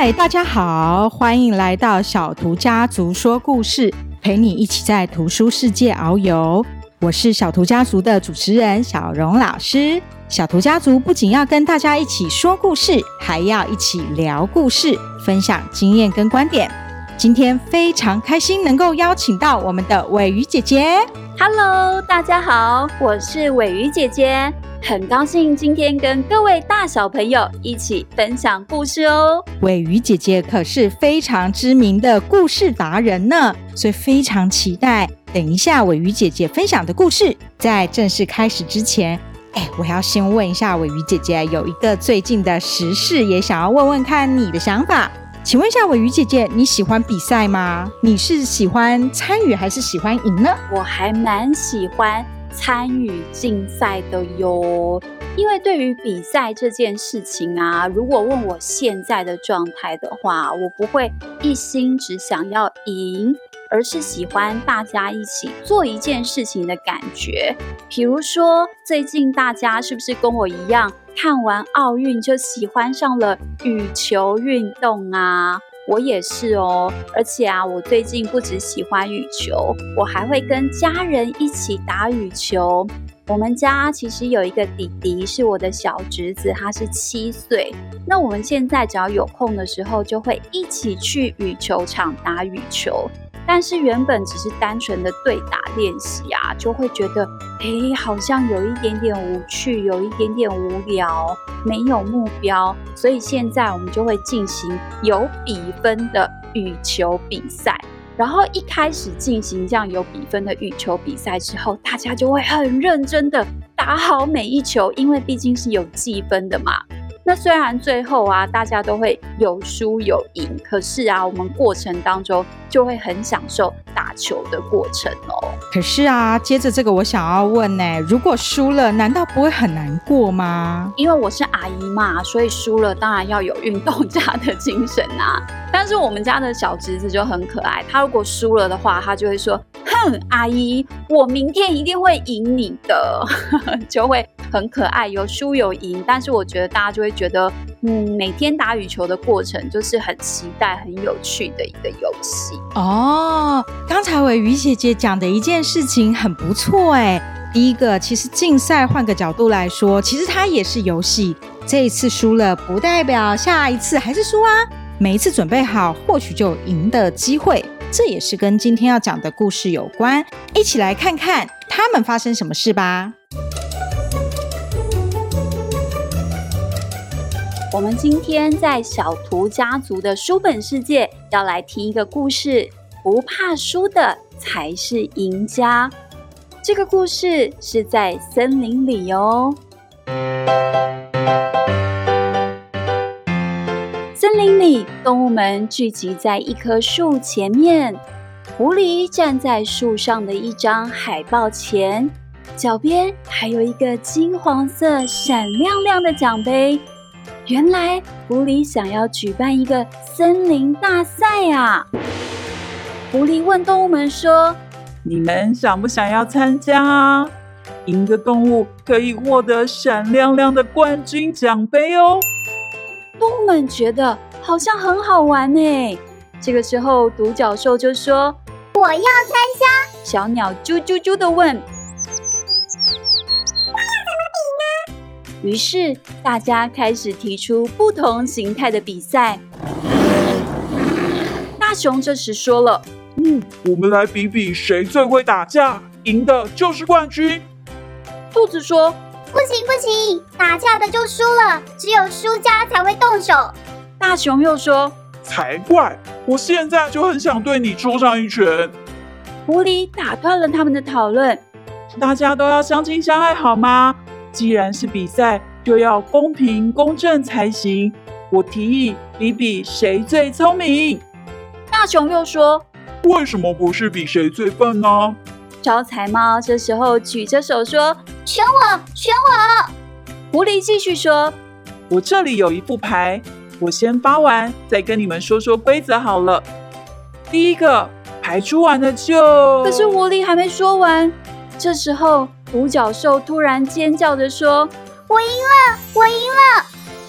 嗨，大家好，欢迎来到小图家族说故事，陪你一起在图书世界遨游。我是小图家族的主持人小蓉老师。小图家族不仅要跟大家一起说故事，还要一起聊故事，分享经验跟观点。今天非常开心能够邀请到我们的尾鱼姐姐。 Hello， 大家好，我是尾鱼姐姐，很高兴今天跟各位大小朋友一起分享故事哦。 尾鱼姐姐可是非常知名的故事达人呢，所以非常期待等一下尾鱼姐姐分享的故事。在正式开始之前，我要先问一下尾鱼姐姐，有一个最近的时事，也想要问问看你的想法。请问一下尾鱼姐姐，你喜欢比赛吗？你是喜欢参与还是喜欢赢呢？ 我还蛮喜欢参与竞赛的哟，因为对于比赛这件事情啊，如果问我现在的状态的话，我不会一心只想要赢，而是喜欢大家一起做一件事情的感觉。比如说最近大家是不是跟我一样，看完奥运就喜欢上了羽球运动啊？我也是哦，而且啊，我最近不只喜欢羽球，我还会跟家人一起打羽球。我们家其实有一个弟弟是我的小侄子，他是7岁。那我们现在只要有空的时候，就会一起去羽球场打羽球。但是原本只是单纯的对打练习啊，就会觉得好像有一点点无趣，有一点点无聊，没有目标。所以现在我们就会进行有比分的羽球比赛。然后一开始进行这样有比分的羽球比赛之后，大家就会很认真的打好每一球，因为毕竟是有计分的嘛。那虽然最后啊，大家都会有输有赢，可是啊，我们过程当中就会很享受打球的过程哦。 可是啊，接着这个我想要问呢，如果输了，难道不会很难过吗？ 因为我是阿姨嘛，所以输了当然要有运动家的精神啊。但是我们家的小侄子就很可爱，他如果输了的话，他就会说：“哼，阿姨，我明天一定会赢你的。”就会很可爱，有输有赢。但是我觉得大家就会觉得，每天打羽球的过程就是很期待、很有趣的一个游戏哦。刚才尾鱼姐姐讲的一件事情很不错哎。第一个，其实竞赛换个角度来说，其实它也是游戏。这一次输了，不代表下一次还是输啊。每一次准备好，或许就有赢的机会。这也是跟今天要讲的故事有关。一起来看看他们发生什么事吧。 我们今天在小图家族的书本世界要来听一个故事，不怕输的才是赢家。这个故事是在森林里哦。森林里，动物们聚集在一棵树前面。狐狸站在树上的一张海报前，脚边还有一个金黄色闪亮亮的奖杯。原来狐狸想要举办一个森林大赛啊！狐狸问动物们说：“ 你们想不想要参加啊？赢的动物可以获得闪亮亮的冠军奖杯哦！” 动物们觉得好像很好玩耶。这个时候，独角兽就说：“ 我要参加。” 小鸟啾啾啾地问：“于是大家开始提出不同形态的比赛。大熊这时说了：“ 我们来比比谁最会打架，赢的就是冠军。” 兔子说：“ 不行不行，打架的就输了，只有输家才会动手。” 大熊又说：“ 才怪，我现在就很想对你戳上一拳。” 狐狸打断了他们的讨论：“ 大家都要相亲相爱好吗？既然是比赛，就要公平公正才行。我提议比比谁最聪明。” 大熊又说：“ 为什么不是比谁最笨呢？” 招财猫这时候举着手说：“ 选我，选我！” 狐狸继续说：“ 我这里有一副牌，我先发完，再跟你们说说规则好了。第一个牌出完了就……” 可是狐狸还没说完，这时候独角兽突然尖叫着说：“ 我赢了，我赢了！”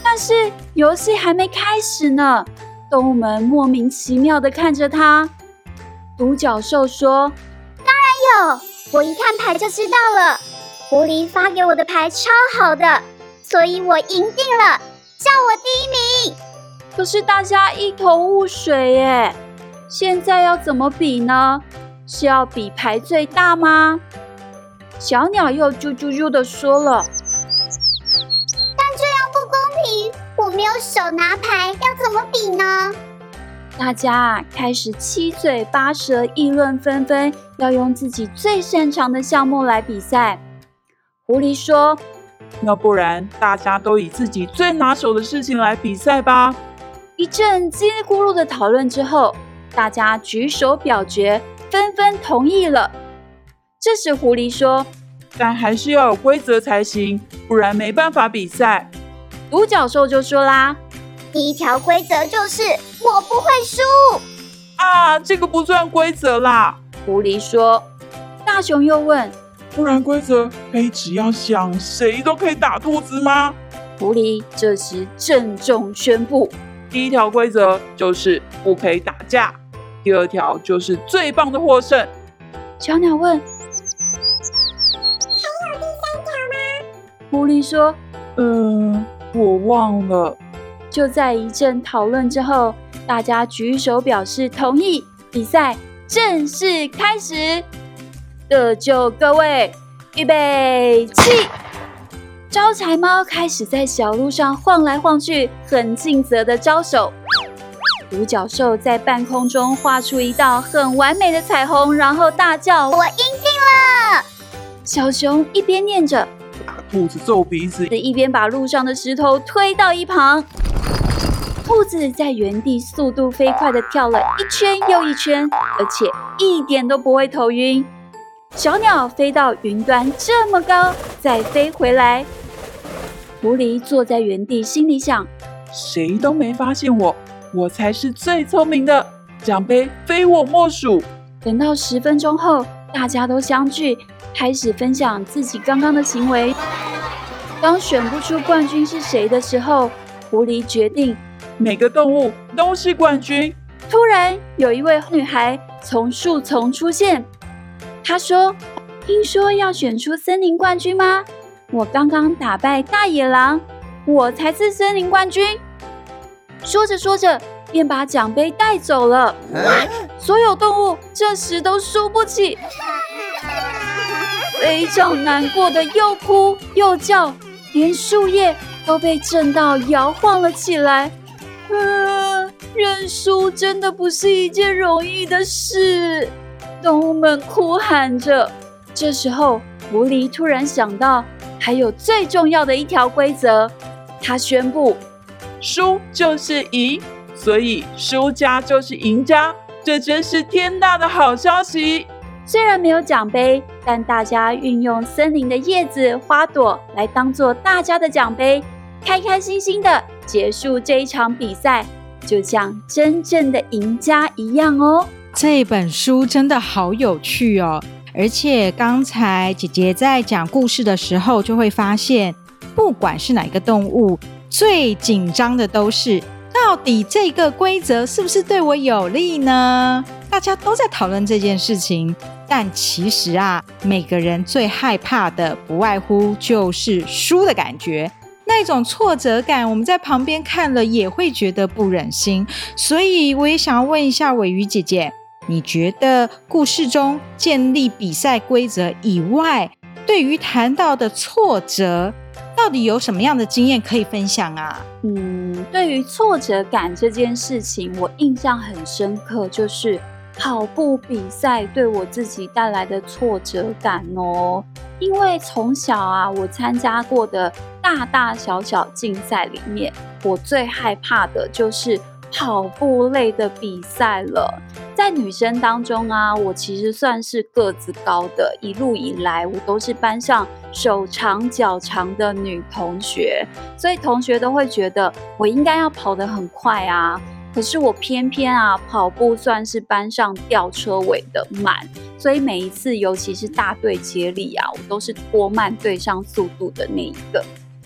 但是游戏还没开始呢，动物们莫名其妙地看着他。独角兽说： 有，我一看牌就知道了。狐狸发给我的牌超好的，所以我赢定了，叫我第一名。 可是大家一头雾水耶，现在要怎么比呢？是要比牌最大吗？小鸟又啾啾啾地说了： 但这样不公平，我没有手拿牌，要怎么比呢？ 大家开始七嘴八舌，议论纷纷，要用自己最擅长的项目来比赛。狐狸说： 要不然大家都以自己最拿手的事情来比赛吧。 一阵叽里咕噜的讨论之后，大家举手表决，纷纷同意了。这时狐狸说： 但还是要有规则才行，不然没办法比赛。 独角兽就说啦： 第一条规则就是我不会输。 啊，这个不算规则啦。 狐狸说。大熊又问： 不然规则可以只要想谁都可以打兔子吗？ 狐狸这时郑重宣布： 第一条规则就是不可以打架，第二条就是最棒的获胜。 小鸟问：狐狸说： 我忘了。 就在一阵讨论之后，大家举手表示同意，比赛正式开始。各就各位，预备起！招财猫开始在小路上晃来晃去，很尽责的招手。独角兽在半空中画出一道很完美的彩虹，然后大叫： 我赢定了！ 小熊一边念着大兔子皱鼻子， 一边把路上的石头推到一旁。兔子在原地速度飞快地跳了一圈又一圈，而且一点都不会头晕。小鸟飞到云端这么高，再飞回来。狐狸坐在原地，心里想： 谁都没发现我，我才是最聪明的，奖杯非我莫属。 等到10分钟后，大家都相聚，开始分享自己刚刚的行为。当选不出冠军是谁的时候，狐狸决定每个动物都是冠军。 突然，有一位女孩从树丛出现。她说：听说要选出森林冠军吗？我刚刚打败大野狼，我才是森林冠军。说着说着，便把奖杯带走了。所有动物这时都输不起，非常难过的又哭又叫，连树叶都被震到摇晃了起来。认输真的不是一件容易的事，动物们哭喊着。这时候，狐狸突然想到，还有最重要的一条规则。他宣布： 输就是赢，所以输家就是赢家。这真是天大的好消息！ 虽然没有奖杯，但大家运用森林的叶子、花朵来当做大家的奖杯，开开心心的结束这一场比赛，就像真正的赢家一样哦。 这本书真的好有趣哦，而且刚才姐姐在讲故事的时候，就会发现，不管是哪个动物，最紧张的都是到底这个规则是不是对我有利呢？大家都在讨论这件事情，但其实啊，每个人最害怕的不外乎就是输的感觉。那种挫折感，我们在旁边看了也会觉得不忍心。所以我也想要问一下尾鱼姐姐，你觉得故事中建立比赛规则以外，对于谈到的挫折，到底有什么样的经验可以分享啊？ 对于挫折感这件事情，我印象很深刻，就是跑步比赛对我自己带来的挫折感哦。因为从小啊，我参加过的大大小小竞赛里面，我最害怕的就是跑步类的比赛了。在女生当中啊，我其实算是个子高的，一路以来我都是班上手长脚长的女同学，所以同学都会觉得我应该要跑得很快啊。可是我偏偏啊，跑步算是班上吊车尾的慢，所以每一次尤其是大队接力啊，我都是拖慢对上速度的那一个。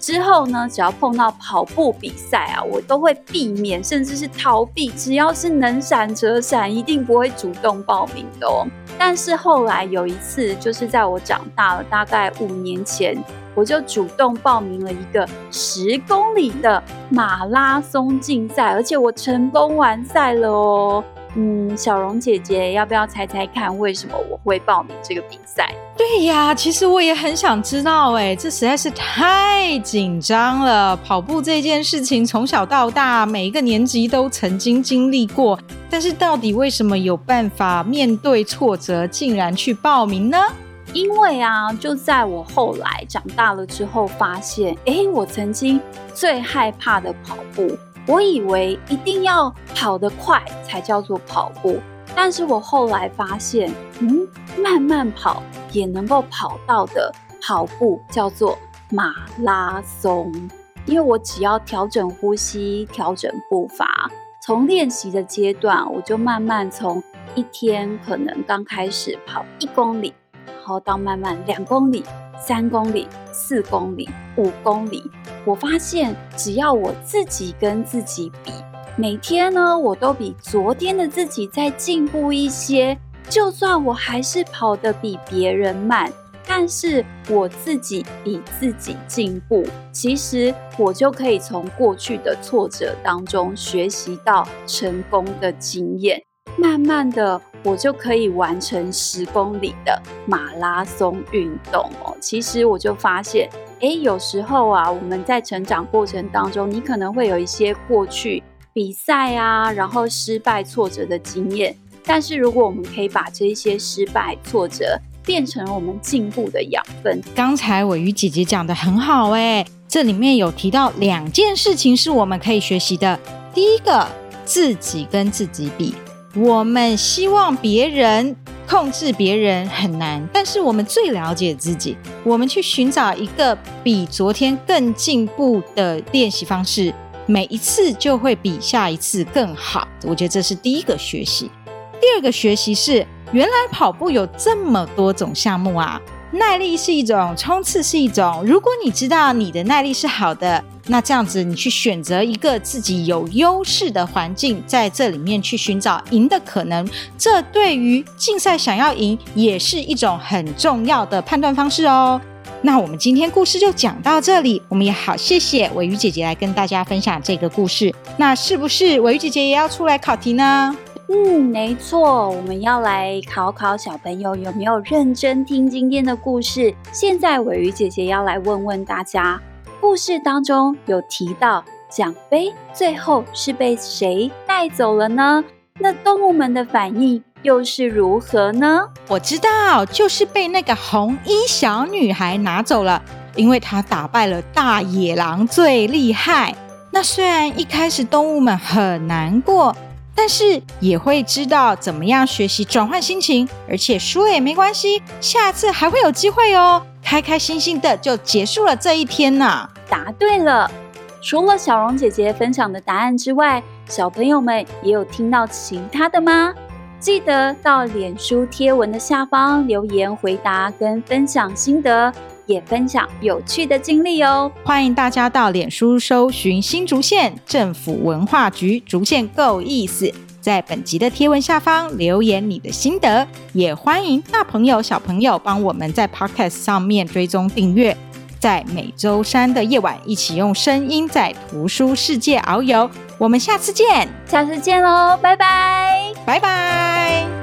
之后呢，只要碰到跑步比赛啊，我都会避免甚至是逃避，只要是能闪则闪，一定不会主动报名的哦。但是后来有一次，就是在我长大了大概5年前，我就主动报名了一个10公里的马拉松竞赛，而且我成功完赛了哦。小蓉姐姐要不要猜猜看为什么我会报名这个比赛？ 对呀，其实我也很想知道这实在是太紧张了。跑步这件事情从小到大每一个年级都曾经经历过，但是到底为什么有办法面对挫折竟然去报名呢？ 因为啊，就在我后来长大了之后发现，我曾经最害怕的跑步，我以为一定要跑得快才叫做跑步，但是我后来发现，慢慢跑也能够跑到的跑步叫做马拉松。因为我只要调整呼吸，调整步伐，从练习的阶段，我就慢慢从一天可能刚开始跑1公里，然后到慢慢2公里、3公里、4公里、5公里，我发现只要我自己跟自己比，每天呢我都比昨天的自己再进步一些，就算我还是跑得比别人慢，但是我自己比自己进步，其实我就可以从过去的挫折当中学习到成功的经验，慢慢的我就可以完成10公里的马拉松运动哦。其实我就发现有时候啊，我们在成长过程当中，你可能会有一些过去比赛啊，然后失败挫折的经验，但是如果我们可以把这些失败挫折变成我们进步的养分。 刚才瑋瑜姐姐讲得很好这里面有提到2件事情是我们可以学习的。第一个，自己跟自己比，我们希望别人控制别人很难，但是我们最了解自己，我们去寻找一个比昨天更进步的练习方式，每一次就会比下一次更好。我觉得这是第一个学习。第二个学习是，原来跑步有这么多种项目啊，耐力是一种，冲刺是一种。如果你知道你的耐力是好的，那这样子你去选择一个自己有优势的环境，在这里面去寻找赢的可能，这对于竞赛想要赢也是一种很重要的判断方式哦。那我们今天故事就讲到这里，我们也好谢谢瑋瑜姐姐来跟大家分享这个故事。那是不是瑋瑜姐姐也要出来考题呢？ 没错，我们要来考考小朋友有没有认真听今天的故事。现在瑋瑜姐姐要来问问大家，故事当中有提到奖杯最后是被谁带走了呢？那动物们的反应又是如何呢？ 我知道，就是被那个红衣小女孩拿走了，因为她打败了大野狼最厉害。那虽然一开始动物们很难过，但是也会知道怎么样学习转换心情，而且输了也没关系，下次还会有机会哦，开开心心的就结束了这一天呢。 答对了。除了小蓉姐姐分享的答案之外，小朋友们也有听到其他的吗？记得到脸书贴文的下方留言回答跟分享心得，也分享有趣的经历哦。 欢迎大家到脸书搜寻新竹县政府文化局竹县够意思，在本集的贴文下方留言你的心得，也欢迎大朋友小朋友帮我们在 Podcast 上面追踪订阅，在每周3的夜晚一起用声音在图书世界遨游。我们下次见， 下次见喽，拜拜， 拜拜。